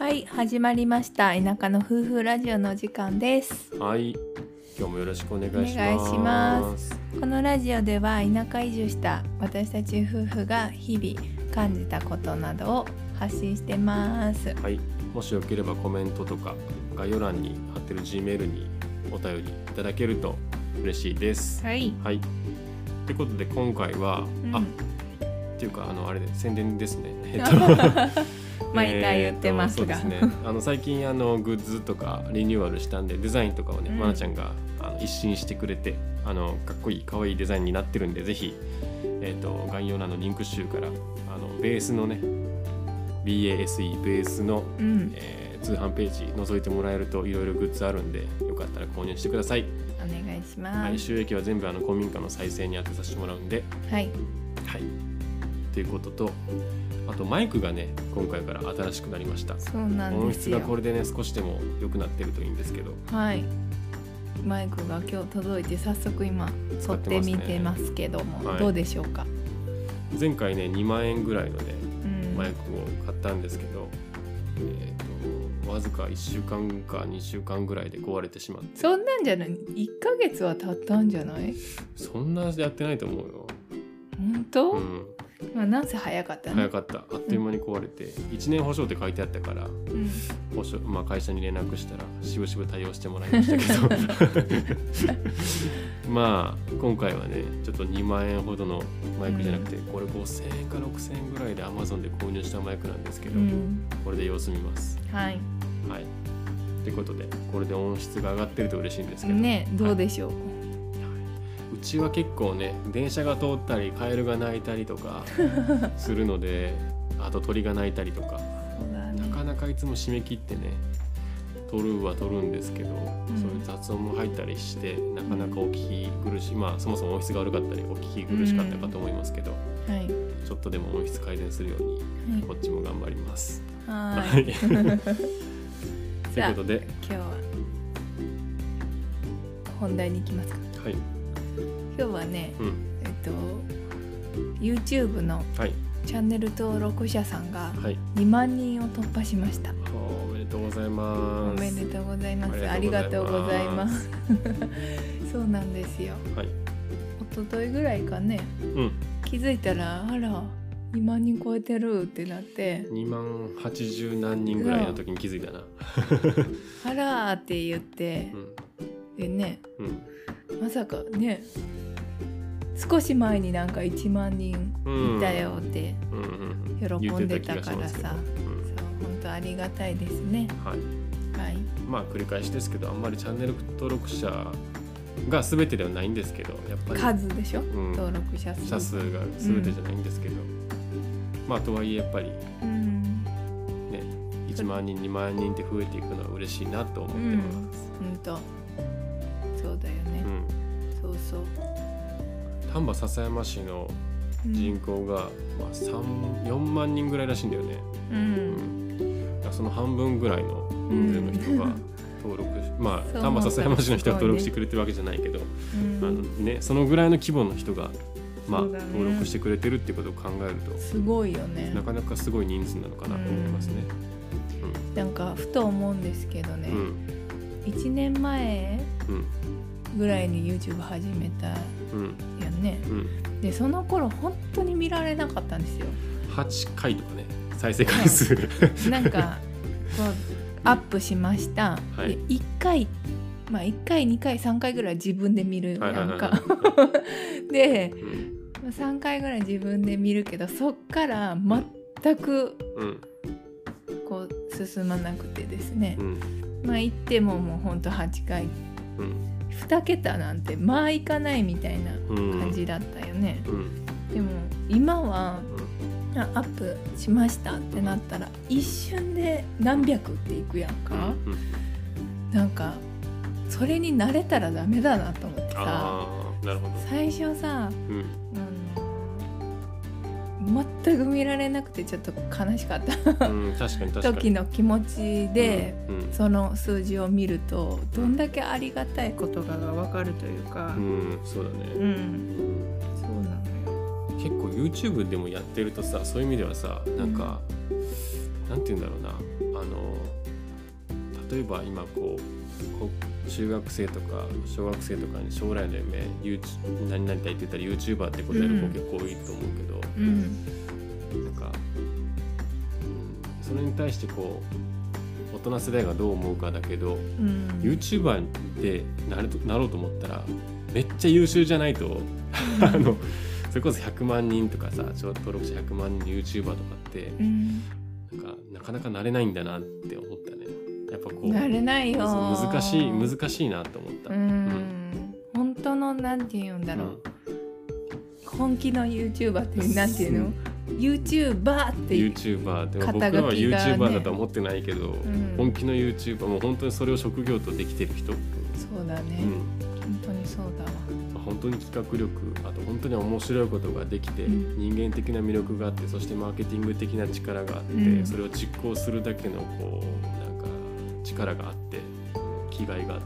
はい、始まりました。田舎の夫婦ラジオの時間です。 はい、今日もよろしくお願いします。 お願いします。このラジオでは田舎移住した私たち夫婦が日々感じたことなどを発信してます。 はい、もしよければコメントとか概要欄に貼ってる Gmail にお便りいただけると嬉しいです。 はい。 はい。ということで今回は、っていうかあれで宣伝ですね。 毎回言ってますが、 そうですね。最近グッズとかリニューアルしたんでデザインとかをね、まなちゃんが一新してくれてかっこいい可愛いデザインになってるんで、ぜひ概要欄のリンク集からベースのね BASE ベースの、通販ページ覗いてもらえるといろいろグッズあるんで、よかったら購入してください。 お願いします。 はい、収益は全部古民家の再生に当てさせてもらうんで、 はいはい、ということと、あとマイクがね今回から新しくなりました。 そうなん音ですよ。 質がこれでね少しでも良くなってるといいんですけど、 はい、マイクが今日届いて早速今撮ってみてますけども、どうでしょうか。 前回ね2万円ぐらいのね、マイクを買ったんですけど、わずか1週間か2週間ぐらいで壊れてしまって。 そんなんじゃない？ 1 ヶ月は経ったんじゃない？ そんなやってないと思うよ。 本当？まあ、なんせ早かったね。 早かった。あっという間に壊れて、1年保証って書いてあったから、保証、会社に連絡したらしぶしぶ対応してもらいましたけどまあ今回はねちょっと2万円ほどのマイクじゃなくて、これ5000円か6000円ぐらいで Amazon で購入したマイクなんですけど、これで様子見ます。 はいはい。ということでこれで音質が上がってると嬉しいんですけどね。どうでしょう。 うちは結構ね電車が通ったりカエルが鳴いたりとかするのであと鳥が鳴いたりとか、なかなかいつも締め切ってね撮るは撮るんですけど、そういう雑音も入ったりしてなかなかお聞き苦しい、そもそも音質が悪かったりお聞き苦しかったかと思いますけど、ちょっとでも音質改善するように、こっちも頑張ります。はいということで今日は本題に行きますか。 はい。 今日はね、YouTube のチャンネル登録者さんが2万人を突破しました。 おめでとうございます。 おめでとうございます。ありがとうございます。そうなんですよ。一昨日ぐらいかね、気づいたらあら2万人超えてるってなって、 2万80何人ぐらいの時に気づいたなあらーって言って、でね、まさかね少し前になんか1万人いたよって喜んでたからさ、本当ありがたいですね。はい。 繰り返しですけど、あんまりチャンネル登録者が全てではないんですけど、やっぱり数でしょ、登録者数が全てじゃないんですけど、とはいえやっぱり、ね、1万人2万人って増えていくのは嬉しいなと思ってます。 本当そうだよね。そうそう。 丹波篠山市の人口が、4万人ぐらいらしいんだよね。その半分ぐらいの人数の人が登録、丹波篠山市の人が登録してくれてるわけじゃないけど、そのぐらいの規模の人が、登録してくれてるってことを考えるとすごいよね。 なかなかすごい人数なのかなと思いますね。 なんかふと思うんですけどね、1年前ぐらいに YouTube 始めたよね、でその頃本当に見られなかったんですよ。 8回とかね再生回数なんかこうアップしました、で1回1回2回3回ぐらい自分で見るやんかで、3回ぐらい自分で見るけどそっから全くこう進まなくてですね、行ってももうほんと8回、2桁なんていかないみたいな感じだったよね。でも今はアップしましたってなったら一瞬で何百っていくやんか、なんかそれに慣れたらダメだなと思ってさ、最初さ、全く見られなくてちょっと悲しかった時の気持ちで、その数字を見るとどんだけありがたいことかが分かるというか、 そうだね、 そうなのよ。 結構 YouTube でもやってるとさ、そういう意味ではさ、なんか、なんて言うんだろうな、 例えば今中学生とか小学生とかに将来の夢何々たいって言ったら YouTuber って答える子結構多いと思うけど、なんか、それに対して大人世代がどう思うかだけど、YouTuber でなろうと思ったらめっちゃ優秀じゃないとそれこそ100万人とかさ、登録者100万人の YouTuber とかって、なかなかなれないんだなって思ったね。やっぱなれないよ。 難しいなと思った。 本当のなんて言うんだろう、本気の YouTuber ってなんていうの、YouTuber っていう YouTuber でも僕らは YouTuber だとは思ってないけど、本気の YouTuber もう本当にそれを職業とできてる人。 そうだね、本当にそうだわ。 本当に企画力、あと本当に面白いことができて、人間的な魅力があって、そしてマーケティング的な力があって、それを実行するだけのなんか力があって、気概があって、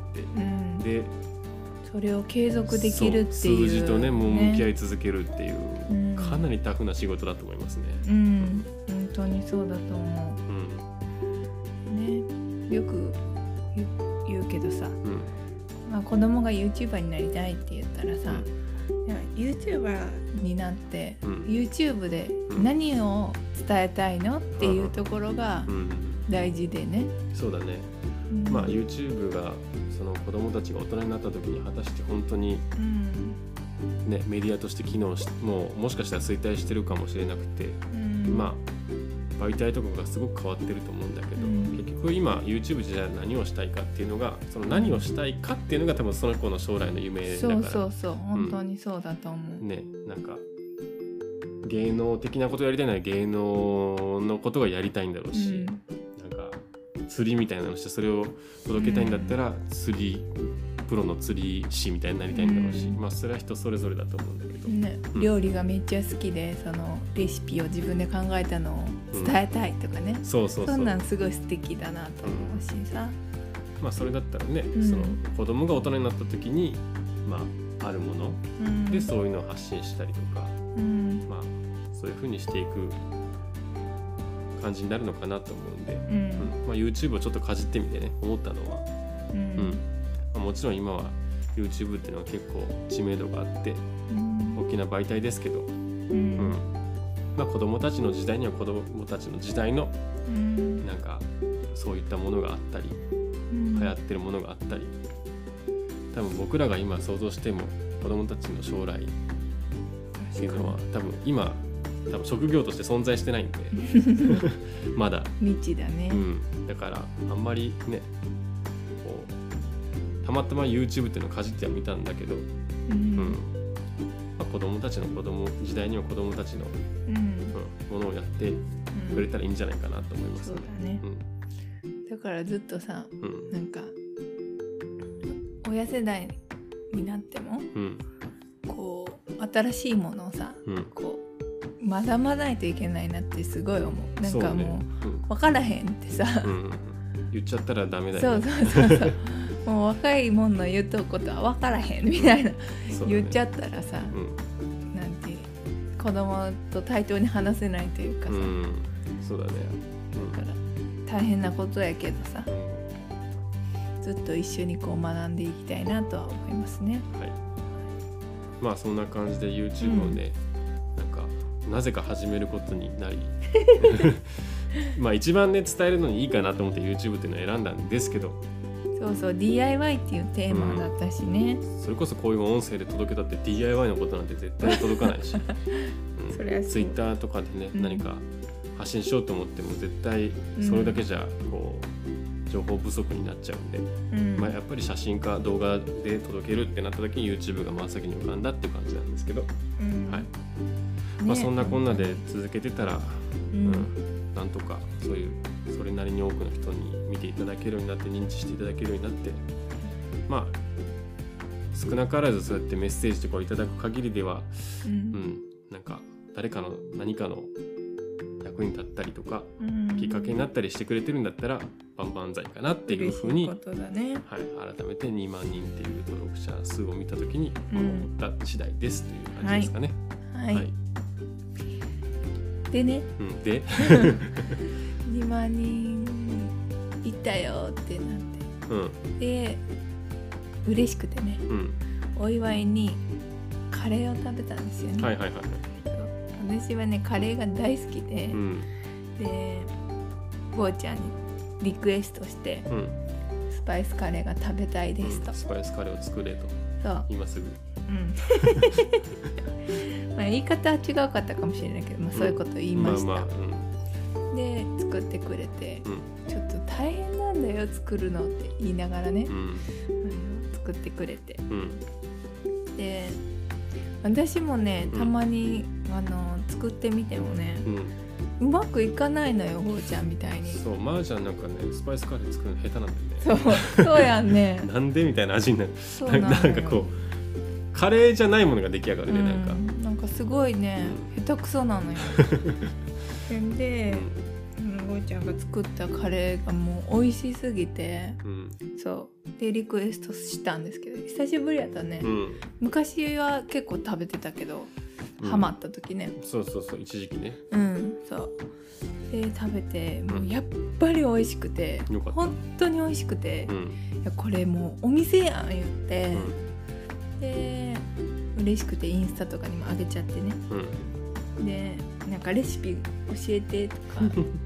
でそれを継続できるっていう、 数字とねもう向き合い続けるっていう、かなりタフな仕事だと思いますね。 本当にそうだと思う。ね、よく言うけどさ、子供が YouTuber になりたいって言ったらさ、YouTuber になって、YouTube で何を伝えたいのっていうところが大事でね。 そうだね。YouTube がその子供たちが大人になった時に果たして本当に、メディアとして機能しもしかしたら衰退してるかもしれなくて、媒体とかがすごく変わってると思うんだけど、結局今 YouTube じゃ何をしたいかっていうのが、その何をしたいかっていうのが多分その子の将来の夢だから。 そう本当にそうだと思う。 なんか芸能的なことをやりたいなら芸能のことがやりたいんだろうし、なんか釣りみたいなのしてそれを届けたいんだったら、プロの釣り師みたいになりたいんだろうし、それは人それぞれだと思うんだけど、 料理がめっちゃ好きで、そのレシピを自分で考えたのを伝えたいとかね、そんなんすごい素敵だなと思うしさ、 それだったらね、その子供が大人になった時に、あるものでそういうのを発信したりとか、そういう風にしていく感じになるのかなと思うんで、YouTube をちょっとかじってみてね思ったのは、もちろん今は YouTube っていうのは結構知名度があって大きな媒体ですけど、子供たちの時代には子供たちの時代のなんかそういったものがあったり、流行ってるものがあったり、多分僕らが今想像しても子供たちの将来っていうのは多分職業として存在してないんでまだ未知だね、 だからあんまりねたまたま YouTube っていうのをかじってはみたんだけど、子供たちの時代には子供たちの、ものをやってくれたらいいんじゃないかなと思いますね。 そうだね、だからずっとさ、なんか親世代になっても、新しいものをさ、学ばないといけないなってすごい思う。なんかもう分からへんってさ、 言っちゃったらダメだよね。 そうもう若いもんの言うとことは分からへんみたいな、言っちゃったらさ、なんて子供と対等に話せないというかさ、 そうだね、 だから大変なことやけどさ、ずっと一緒に学んでいきたいなとは思いますね。 そんな感じで YouTube をね、なんかなぜか始めることになり一番ね伝えるのにいいかなと思って YouTube っていうのを選んだんですけど、 DIY っていうテーマだったしね、 それこそこういう音声で届けたって DIY のことなんて絶対届かないしTwitter とかでね、何か発信しようと思っても絶対それだけじゃ情報不足になっちゃうんで、やっぱり写真か動画で届けるってなった時に YouTube が真っ先に浮かんだっていう感じなんですけど、そんなこんなで続けてたら、なんとかそれなりに多くの人に見ていただけるようになって、認知していただけるようになって、少なからずそうやってメッセージとかをいただく限りでは、なんか誰かの何かの役に立ったりとか、きっかけになったりしてくれてるんだったら万々歳かなっていうふうに、改めて2万人っていう登録者数を見た時に思った次第ですという感じですかね。 でね、 で 2万人たよってなって、 うん、 で嬉しくてね、 うん、 お祝いにカレーを食べたんですよね。 はいはいはいはい。 私はねカレーが大好きで、 うん、 でゴーちゃんにリクエストして、 うん、 スパイスカレーが食べたいですと、 スパイスカレーを作れと、 そう今すぐ、 まあ言い方は違うかったかもしれないけど、まあ、そういうことを言いました、 まあまあ、 で作ってくれて、ちょっと大変なんだよ作るのって言いながらね、作ってくれて、で私もねたまに、作ってみてもね、うまくいかないのよゴーちゃんみたいに。 そう、まーちゃんなんかねスパイスカレー作るの下手なんだよね。 そうやんねなんでみたいな味になる。 そうなのよ。 なんかこうカレーじゃないものが出来上がるね、 なんかすごいね、下手くそなのよで、ゴーちゃんが作ったカレーがもう美味しすぎて、そうでリクエストしたんですけど、久しぶりやったね、昔は結構食べてたけど、ハマった時ね、 そう一時期ね、 そうで食べて、もうやっぱり美味しくて、本当に美味しくて、いやこれもうお店やん言って、で嬉しくてインスタとかにも上げちゃってね、でなんかレシピ教えてとか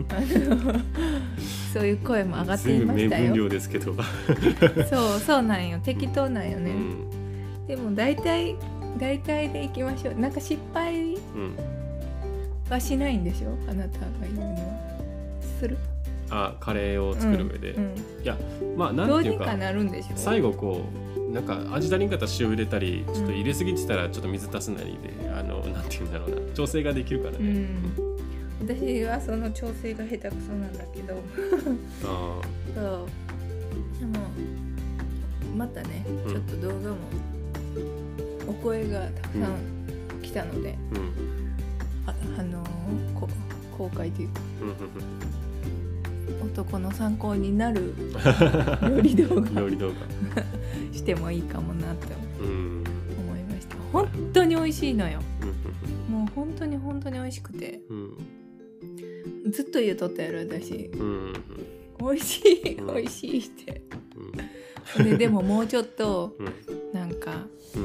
そういう声も上がっていましたよ。 全部目分量ですけどそうなんよ、適当なんよね、でも大体でいきましょう。なんか失敗はしないんでしょ、あなたが言うには。する？ カレーを作る上で、いやまあなんていうか、 どうにかなるんでしょ。 最後こうなんか味足りんかったら塩入れたり、ちょっと入れすぎてたらちょっと水足すなりで、なんていうんだろうな、調整ができるからね。 私はその調整が下手くそなんだけどそうでもまたね、ちょっと動画もお声がたくさん来たので、公開というか、男の参考になる料理動画してもいいかもなって思いました。本当に美味しいのよ。もう本当に美味しくて、ずっと言うとったやろ私、美味しいって、でももうちょっとなんか、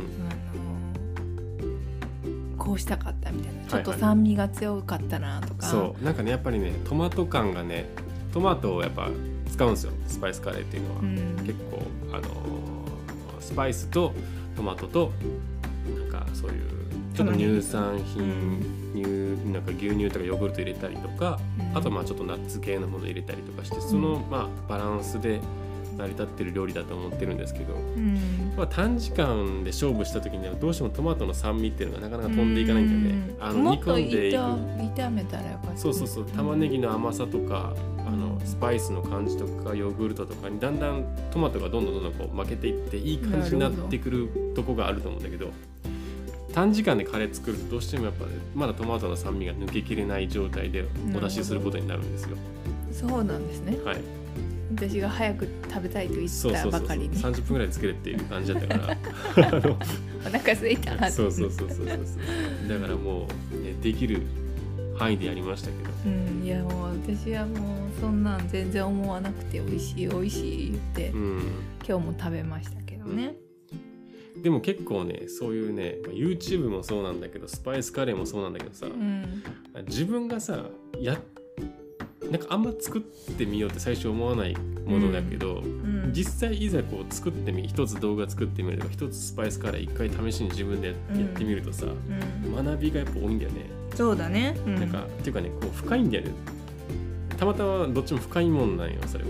こうしたかったみたいな、ちょっと酸味が強かったなとか、 そうなんかね、やっぱりねトマト感がね、トマトをやっぱ使うんですよ、スパイスカレーっていうのは、結構スパイスとトマトとなんかそういうちょっと乳酸品、なんか牛乳とかヨーグルト入れたりとか、あとまあちょっとナッツ系のもの入れたりとかして、そのまあバランスで成り立ってる料理だと思ってるんですけど、短時間で勝負した時にはどうしてもトマトの酸味っていうのがなかなか飛んでいかないんだよね。 もっと炒めたらよかった。 そう玉ねぎの甘さとかスパイスの感じとかヨーグルトとかにだんだんトマトがどんどんこう負けていっていい感じになってくるとこがあると思うんだけど、短時間でカレー作るとどうしてもやっぱ、まだトマトの酸味が抜けきれない状態でお出しすることになるんですよ。 そうなんですね。はい。私が早く食べたいと言ったばかりに 30分ぐらいで作れっていう感じだったからお腹空いたなって。 そうだからもう、ね、できる範囲でやりましたけど、 いやもう私はもうそんなん全然思わなくて美味しい言って、今日も食べましたけどね、 でも結構ね、そういうね YouTube もそうなんだけどスパイスカレーもそうなんだけどさ、自分がさなんかあんま作ってみようって最初思わないものだけど、実際いざこう作って一つ動画作ってみるとか、一つスパイスカレー一回試しに自分でやってみるとさ、学びがやっぱ多いんだよね。 そうだね、 なんかっていうかね、こう深いんだよね。たまたまどっちも深いもんなんよそれは。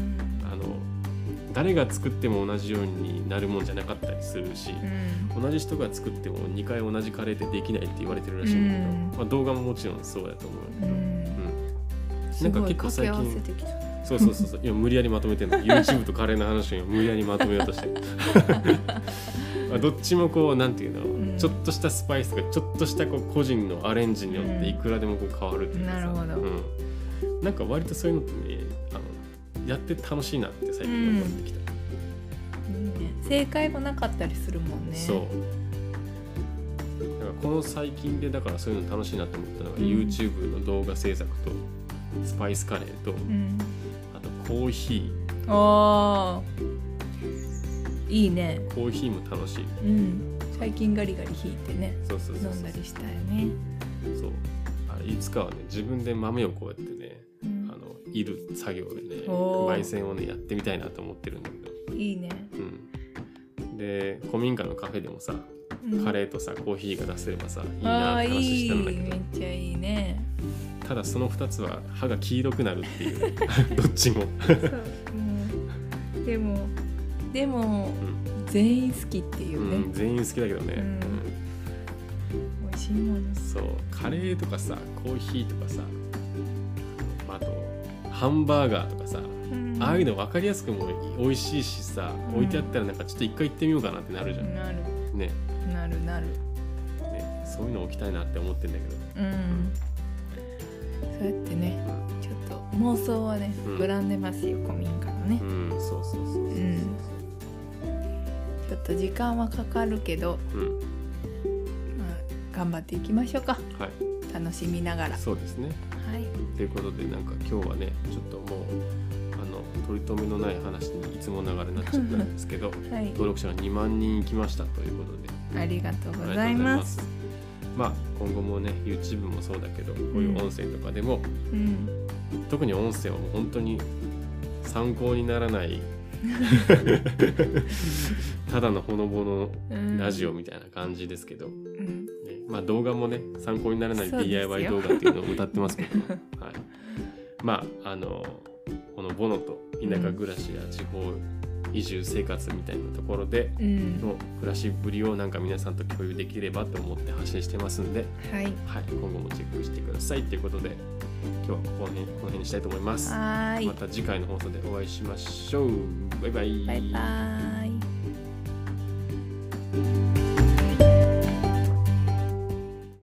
誰が作っても同じようになるもんじゃなかったりするし、同じ人が作っても2回同じカレーってできないって言われてるらしいんだけど、動画ももちろんそうだと思うんだけど、なんか結構最近そう今無理やりまとめてるのYouTube とカレーの話を無理やりまとめようとしてどっちもこうなんていうの、ちょっとしたスパイスとかちょっとしたこう個人のアレンジによっていくらでもこう変わるっていうかさ、なんか割とそういうのってね、やって楽しいなって最近思ってきた、 正解もなかったりするもんね。 そうだからこの最近でだからそういうの楽しいなって思ったのが、YouTube の動画制作とスパイスカレーと、あとコーヒー。 あー、いいね。 コーヒーも楽しい。 うん、最近ガリガリ引いてね、 そうそうそうそう、 飲んだりしたよね。 そう、あれいつかはね、自分で豆をこうやってね、 うん、 いる作業でね、 おー、 焙煎をねやってみたいなと思ってるんだけど。 いいね。 うん、で古民家のカフェでもさ、 うん、 カレーとさコーヒーが出せればさいいなって話したんだけど、 めっちゃいいね。 ただその2つは歯が黄色くなるっていうどっちもそう、でも、うん、全員好きっていうね、 うん、全員好きだけどね、 うん、美味しいもの。 そうカレーとかさコーヒーとかさ、あとハンバーガーとかさ、うん、ああいうの分かりやすくも美味しいしさ、うん、置いてあったらなんかちょっと一回行ってみようかなってなるじゃん。 なるね、 なるね、 そういうの置きたいなって思ってんだけど、 うん、そうやってね、うん、ちょっと妄想はね、膨らんでますよ、古民家のね。 うん、そうそうそうそう、うん、 ちょっと時間はかかるけど、うん、まあ、頑張っていきましょうか。はい、楽しみながら。 そうですね。はい。ということでなんか今日はねちょっともう取り留めのない話にいつもながらになっちゃったんですけど、はい、登録者が2万人いきましたということで、 ありがとうございます。 まあ今後もね YouTube もそうだけどこういう音声とかでも、うん、特に音声はもう本当に参考にならないただのほのぼのラジオみたいな感じですけど、うんね、まあ動画もね参考にならない DIY 動画っていうのを歌ってますけど、はい、まあこのボノと田舎暮らしや地方移住生活みたいなところでの暮らしぶりをなんか皆さんと共有できればと思って発信してますんで、はい、はい、今後もチェックしてくださいということで今日はこの辺にしたいと思います。はい、また次回の放送でお会いしましょう。バイバイ。 バイバイ。